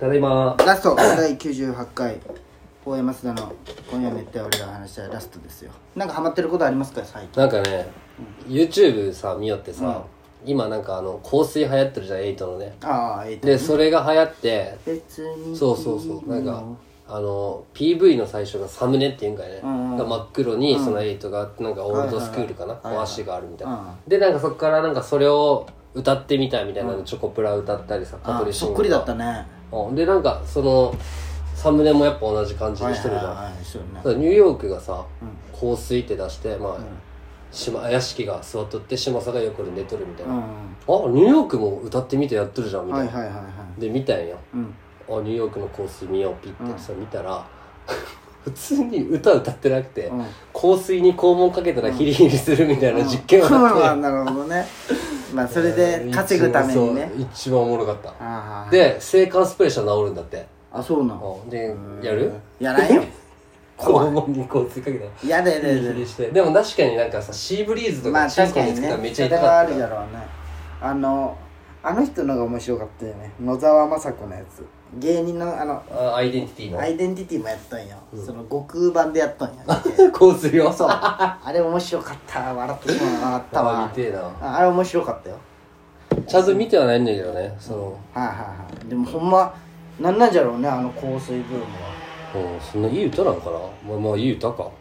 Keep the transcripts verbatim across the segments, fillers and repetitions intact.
ただいまラストだいきゅうじゅうはちかい大山須田の今夜めっちゃ俺が話したラストですよ。なんかハマってることありますか最近？ なんかね、うん、YouTube さ見よってさ、うん、今なんかあの香水流行ってるじゃん、エイトのね。 ああ、エイト、 ね、でそれが流行って別にそうそうそうなんかあの ピーブイ の最初がサムネっていうんかいね、うんうん、が真っ黒にそのエイトがなんかオールドスクールかな、はいはいはい、足があるみたいな、はいはい、でなんかそっからなんかそれを歌ってみたいみたいなの、うん、チョコプラ歌ったりさ、香取慎吾そっくりだったね、 うん、でなんかそのサムネもやっぱ同じ感じにしてるじゃん、はいはいはいはい、ね、ニューヨークがさ、うん、香水って出してまあ、うん、島屋敷が座っとって嶋佐が横で寝とるみたいな、うん、あニューヨークも歌ってみてやってるじゃんみたいな、はいはいはいはい、で見たんや、うん、あニューヨークの香水見ようピッてさ、うん、見たら普通に歌歌ってなくて、うん、香水に肛門かけたらヒリヒリするみたいな実験があって、うんうん、なるほどねまあそれで稼ぐためにね一番おもろかった。で制汗スプレーしたら治るんだって。 あ、そうなの。 でやる？ やらんよ肛門に香水かけたらやだやだやだヒリヒリして。でも確かになんかさシーブリーズとかチンコにつけたらめっちゃ痛かった。 まあ確かにね、それはあるじゃろうね。あのあの人のが面白かったよね、野沢雅子のやつ、芸人のあのあアイデンティティのアイデンティティもやったんよ、うん、その悟空版でやったんや香水をそうあれ面白かった、笑ってしまう、笑ったわ。 あ見てえな。 ああれ面白かったよ。 ちゃんと見てはないんだけどね、その、 はいはいはい。でもほんまなんなんじゃろうね、あの香水ブームは。うん、そんないい歌なんかな。まあまあいい歌か。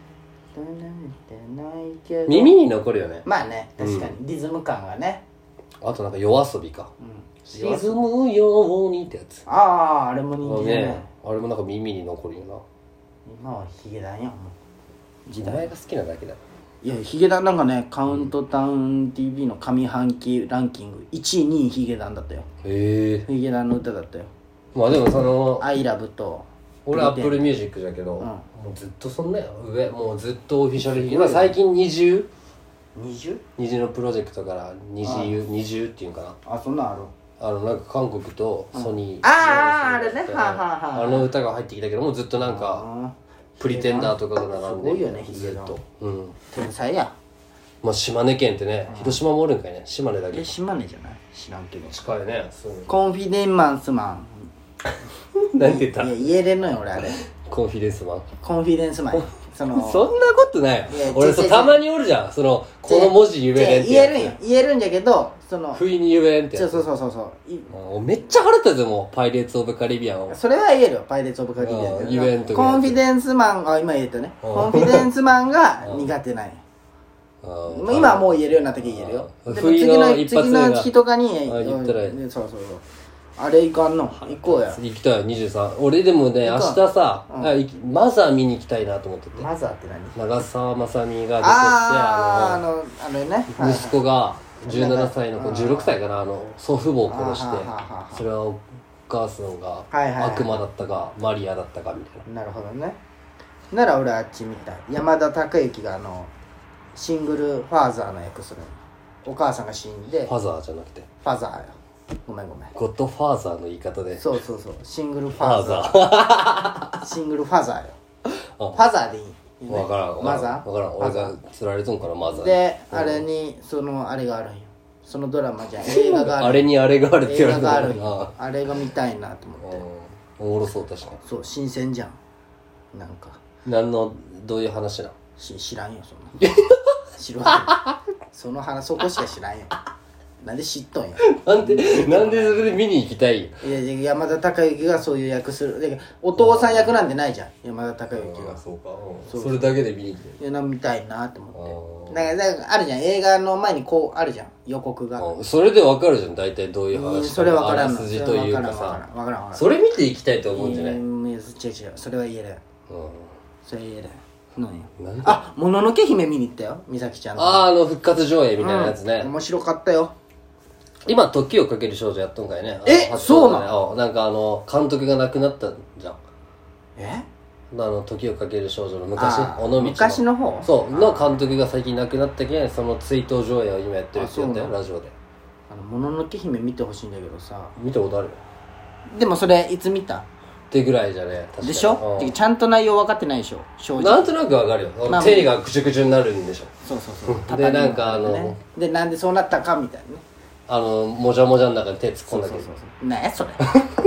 耳に残るよね。 まあね、確かに、うん、リズム感がね。 あとなんか夜遊びか、うん、沈むようにってやつ。 ああ、あれも人気だね。 ね、あれもなんか耳に残るよな。 今はヒゲダンやもう時代が好きなだけだ。 いやヒゲダンなんかね、カウントダウン ティーブイ の上半期ランキングいちいにいヒゲダンだったよ。 へえ。 ヒゲダンの歌だったよ。 まあでもそのアイラブと俺アップルミュージックだけど、うん、もうずっとそんなよ上、もうずっとオフィシャルヒゲダン。最近二重二重二重のプロジェクトから二重二重っていうんかな。 あ、そんなんある。 あのなんか韓国とソニー、うん、 あああれね、はははあの歌が入ってきたけどもずっとなんかプリテンダーとかが並んで、 すごいよねヒゲダン。 ずっと、うん、 天才や。 まあ島根県ってね、うん、広島もおるんかいね。島根だけ。 え島根じゃない？知らんけど。 近いね。 コンフィデンマンスマン。 何て言った？ いや言えれんのよ俺あれ。 コンフィデンスマン。 コンフィデンスマン。そのそんなことない。俺そうたまにおるじゃん。そのこの文字言えれんって言えるんよ。言えるんじゃけど、その不意に言えんってやつ。 そうそうそうそうめっちゃ腹立つよもうパイレーツオブカリビアンを。 それは言えるよ、パイレーツオブカリビアン。 言えんとコンフィデンスマン、あ今言えたね。コンフィデンスマンが苦手なんや。今はもう言えるようになったけど言えるよ。でも次の次の日とかに言ったらそうそうそう。あれ行かんの行こうや。 行きたい。にじゅうさん俺でもね明日さ、うん、あマザー見に行きたいなと思ってて。 マザーって何？ 長澤まさみが出てって、 ああのあれね、 息子がじゅうななさいの子じゅうろくさいかな、あの祖父母を殺して、それはお母さんが悪魔だったかマリアだったかみたいな。なるほどね。なら俺あっち見たい。山田孝之があのシングルファーザーの役する。お母さんが死んで。 ファザーじゃなくてファザーよ。ごめんごめん。 ゴッドファーザーの言い方で。 そうそうそう。シングルファーザー。シングルファザーよ。ファザーでいい。 分からん。 マザー？ 分からん。俺が釣られとんからマザー。 で、あれにそのあれがあるんよ。そのドラマじゃん。映画がある。 あれにあれがあるって言われたら。映画があるよ。あれが見たいなと思って。 おもろそう確かに。 そう新鮮じゃん。なんか。 何のどういう話なの？ し知らんよそんな。知るわけ。その話そこしか知らんよ。なんで知っとんや。 なんでなんでそれで見に行きたいよ。 いや山田孝之がそういう役する。でお父さん役なんてないじゃん山田孝之が。 そうか、うん、それだけで見に来て。 いやな見たいなと思って。だからだからあるじゃん、映画の前にこうあるじゃん予告が。 それでわかるじゃん大体どういう話か。 それわからんの。 筋というかさ。 わからんわからん。 それ見ていきたいと思うんじゃない。 うん違う違うそれは言える。うんそれ言える。何やなんあもののけ姫見に行ったよ美咲ちゃんの。 あああの復活上映みたいなやつね。 面白かったよ。 今時をかける少女やっとんかいね。 えそうなの？なんかあの監督が亡くなったじゃん。 えあの時をかける少女の昔尾道の昔の方そうの監督が最近亡くなったけんその追悼上映を今やってるって言ったよラジオで。 あのもののけ姫見てほしいんだけどさ。 見たことあるよ。 でもそれいつ見たってぐらいじゃね確かにでしょ、うん、ちゃんと内容分かってないでしょ正直。 なんとなく分かるよ、まあ、手がくちゅくちゅになるんでしょ。 そうそうそうでなんかあのでなんでそうなったかみたいなね。 あのもじゃもじゃの中に手突っ込んだけど。 そうそうそう何やそれ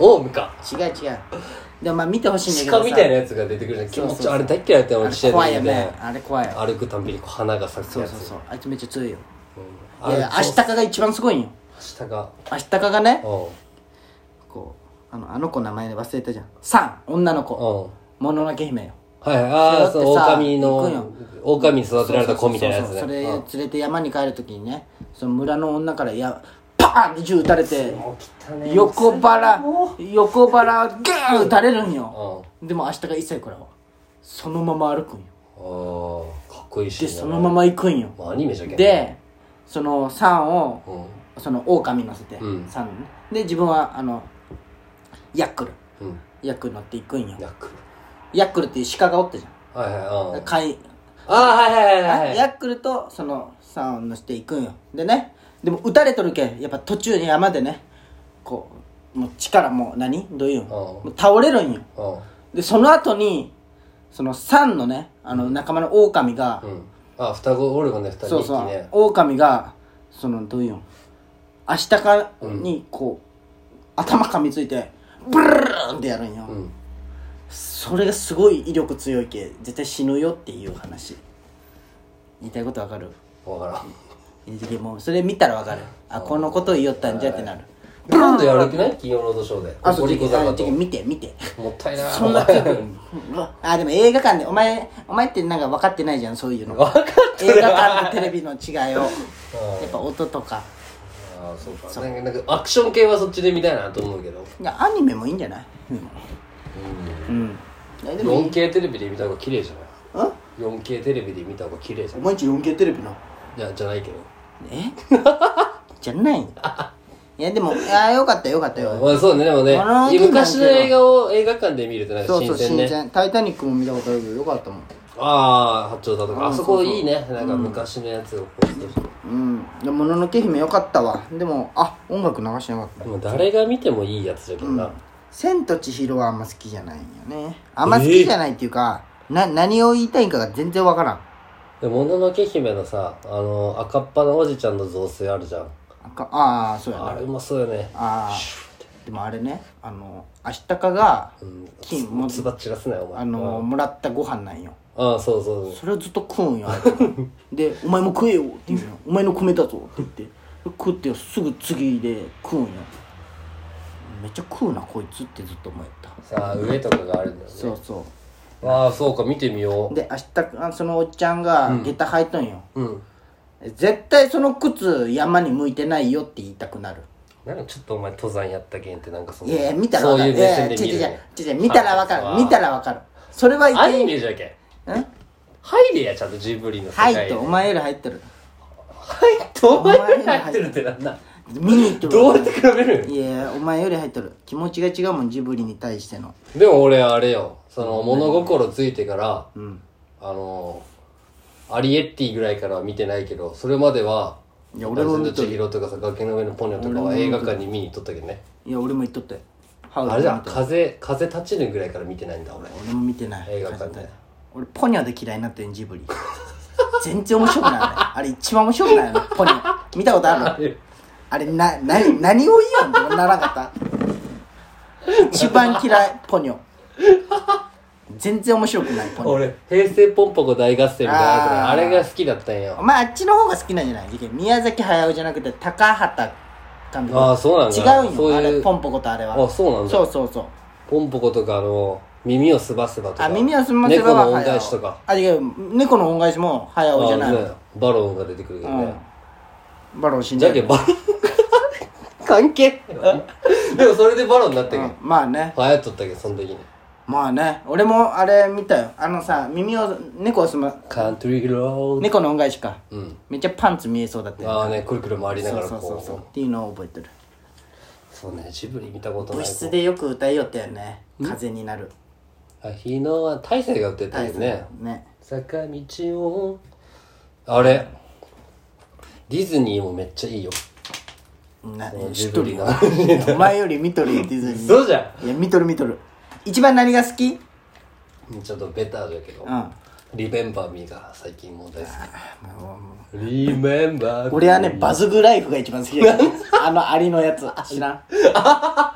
オウムか違う違うでもまあ見てほしいんだけどさ鹿みたいなやつが出てくるじゃん気持ちあれ大っ嫌いだったよ俺試合で怖いよねあれ怖いよ歩くたんびにこう鼻が咲くやつそうそうそうあいつめっちゃ強いよ、 うん、 いやいやアシタカが一番すごいんよアシタカアシタカがねうんこうあのあの子名前で忘れたじゃんサン女の子もののけ姫よはいはいああそう狼の行くんよ狼に育てられた子みたいなやつねそれ連れて山に帰るときにねその村の女からやパーンって銃撃たれて横腹横腹グーン撃たれるんよでも明日が一歳からそのまま歩くんよああかっこいいしでそのまま行くんよアニメじゃけんでそのサンを、 うん、 その狼乗せて、うん、サンねで自分はあのヤックル、うん、ヤックル乗って行くんよヤックルヤックルっていう鹿がおったじゃんはいはいあかいああはいはいはいはいヤックルとそのサンを乗せて行くんよでねでも撃たれとるけんやっぱ途中に山でねこうもう力もう何どういうのもう倒れるんよでその後にそのサンのねあの仲間の狼が、うん、 あ双子おるもんね二人そうそう狼がそのどういうのアシタカにこう、うん、頭噛みついてブルルルンってやるんよ、うん、それがすごい威力強いけ絶対死ぬよっていう話言いたいことわかるわからんもうそれ見たらわかるあこのことを言おったんじゃってなる今度やる気ない金曜ロードショーであそう見て見てもったいなそんな強くあでも映画館でお前お前ってなんか分かってないじゃんそういうの分かって映画館とテレビの違いをやっぱ音とかああそうかそうなんかアクション系はそっちで見たいなと思うけどいやアニメもいいんじゃないうんうんよんケー テレビで見た方が綺麗じゃない よんケー テレビで見た方が綺麗じゃないお前んち よんケー テレビないやじゃないけどえじゃないいやでもいやよかったよかったよ、 まあそうねでもね昔の映画を映画館で見るとなんか新鮮ねそうそう新鮮タイタニックも見たことあるけどよかったもんああ八丁だとかあそこいいねなんか昔のやつをこうしてうんでもののけ姫よかったわでもあ音楽流してなかったでも誰が見てもいいやつじゃけどな、うん、 千と千尋はあんま好きじゃないんよねあんま好きじゃないっていうか、えー、な何を言いたいんかが全然わからんでもののけ姫のさあの赤っ端のおじちゃんの造成あるじゃん赤ああそうやねあれうまそうよねああでもあれねあのアシタカが金もつばっちらすなよお前あのもらったご飯なんよああそうそうそれをずっと食うんよあいつで「お前も食えよ」って言うの「お前の米だぞ」って言って食ってすぐ次で食うんよめっちゃ食うなこいつってずっと思ったさあ上とかがあるんだよねそうそうああそうか見てみようで明日そのおっちゃんが下駄履いとんよ、 うんうん絶対その靴山に向いてないよって言いたくなるなんかちょっとお前登山やったけんってなんかそのいや見たらわかるそういう目線で見る、ね、 違う違う違う見たらわかる見たらわかるそれはいけアニメじゃけんん入れやちゃんとジブリの世界入ってお前より入ってる入ってお前より入ってるってなんだ見に行ってるどうやって比べるいやお前より入ってる気持ちが違うもんジブリに対してのでも俺あれよその物心ついてから、うん、あのアリエッティぐらいからは見てないけどそれまではいや俺も見とる千尋とかさ崖の上のポニョとかは映画館に見に行っとったけどねいや俺も行っとってあれじゃん風風立ちぬぐらいから見てないんだ俺俺も見てない映画館で俺ポニョで嫌いになってんジブリ全然面白くないあれあれ一番面白くないのポニョ見たことあるあれな何何を言おうってならなかった一番嫌いポニョ全然面白くないポニョ俺平成ポンポコ大合戦みたいな あ, あれが好きだったんよお前あっちの方が好きなんじゃない宮崎駿じゃなくて高畑監督ああそうなんだ違うんよあれポンポコとあれはあそうなんだそうそうそうポンポコとかあの耳をすばすばとかあ耳をすばすばは猫の恩返しとかあ違う猫の恩返しも駿じゃないの、 ね、バロンが出てくるけどね、 うん、バロン死んじゃうじゃけバロン関係でもそれでバロンになってる、うん、 まあね流行っとったけどその時にまあね俺もあれ見たよあのさ耳を猫をすまカントリーロード猫の恩返しか、 うん、 めっちゃパンツ見えそうだったよ、ね、 ああねくるくる回りながらこうそうそうそうっていうのを覚えてるそうねジブリ見たことない部室でよく歌いよったよね風になるあ日のは大勢が歌ってたよねね坂道をあれディズニーもめっちゃいいよなジブリのお前より見とるよディズニーそうじゃんいや見とる見とる一番何が好きちょっとベターだけど、うん、リメンバーミーが最近もう大好きリメンバーミー俺はねバズグライフが一番好きだあのアリのやつ知らん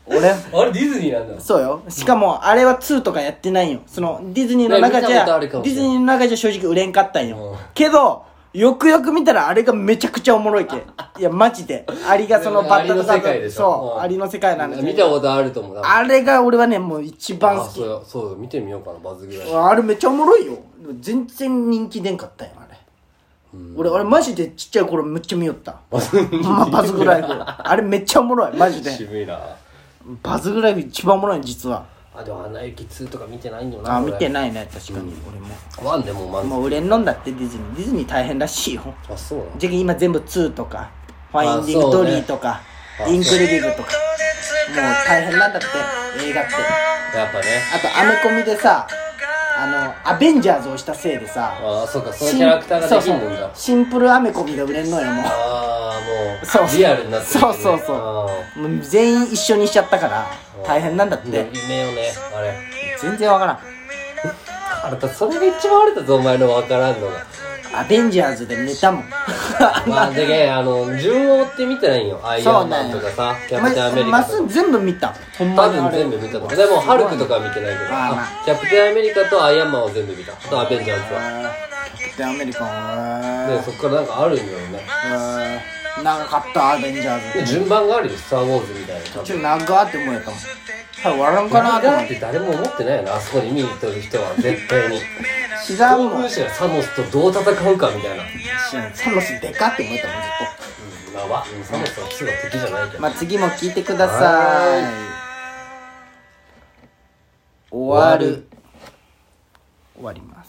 俺あれディズニーなんだ。 そうよ。しかもあれはツーとかやってないよ。そのディズニーの中じね見たことゃあるかもしれんディズニーの中じゃ正直売れんかったんよ、 うんけどよくよく見たらあれがめちゃくちゃおもろいけ。いやマジでアリがそのバッタアリの世界でしょ。 そう、 うんアリの世界なんだけど見たことあると思う。多分あれが俺はねもう一番好き。 あそうよそうよ見てみようかなバズぐらい。 あれめっちゃおもろいよ。全然人気出んかったよあれ。俺あれマジでちっちゃい頃めっちゃ見よった。まあバズグライフあれめっちゃおもろいマジで。 渋いな。 バズグライフ一番おもろい実は。 あでもアナ雪ツーとか見てないんよな。 あ見てい。 ないね確かに、俺もワンでもまもう売れんのんだってディズニーディズニー大変らしいよ。 あそうなの。 じゃあ今全部ツーとかファインディングドリーとかあそうねインクレディブルとかもう大変なんだって映画って。 やっぱね。 あとアメコミでさあのアベンジャーズをしたせいでさああそうかそのキャラクターができるんだ。 そうそうシンプルアメコミが売れんのよもう。 ああもうそうリアルになってる、ね、 そうそうそうもう全員一緒にしちゃったから大変なんだって。 夢よねあれ。 全然わからん。 あれだそれが一番あれだぞお前のわからんのが。 アベンジャーズで寝たもんまあでけあの順を追って見てないんよ。アイアンマンとかさキャプテンアメリカとかまっすぐ全部見たほんま多にあれ分全部見たと思う。でもハルクとかは見てないけど、 まあまああキャプテンアメリカとアイアンマンは全部見た。あとアベンジャーズは。 キャプテンアメリカンでそっからなんかあるんよね。 長かったアベンジャーズで順番があるよスター・ウォーズみたいな。 ちょっと長って思うやったもん。はい終わらんかなと思っだってて誰も思ってないよなあそこに見に行ってる人は絶対に。 知らんもん。 興奮者がサノスとどう戦うかみたいな。 サノスでかって思ったもんずっうんまあわサノスはキスが敵じゃないけと。 ど。 まあ次も聞いてくださはい終わる終わります。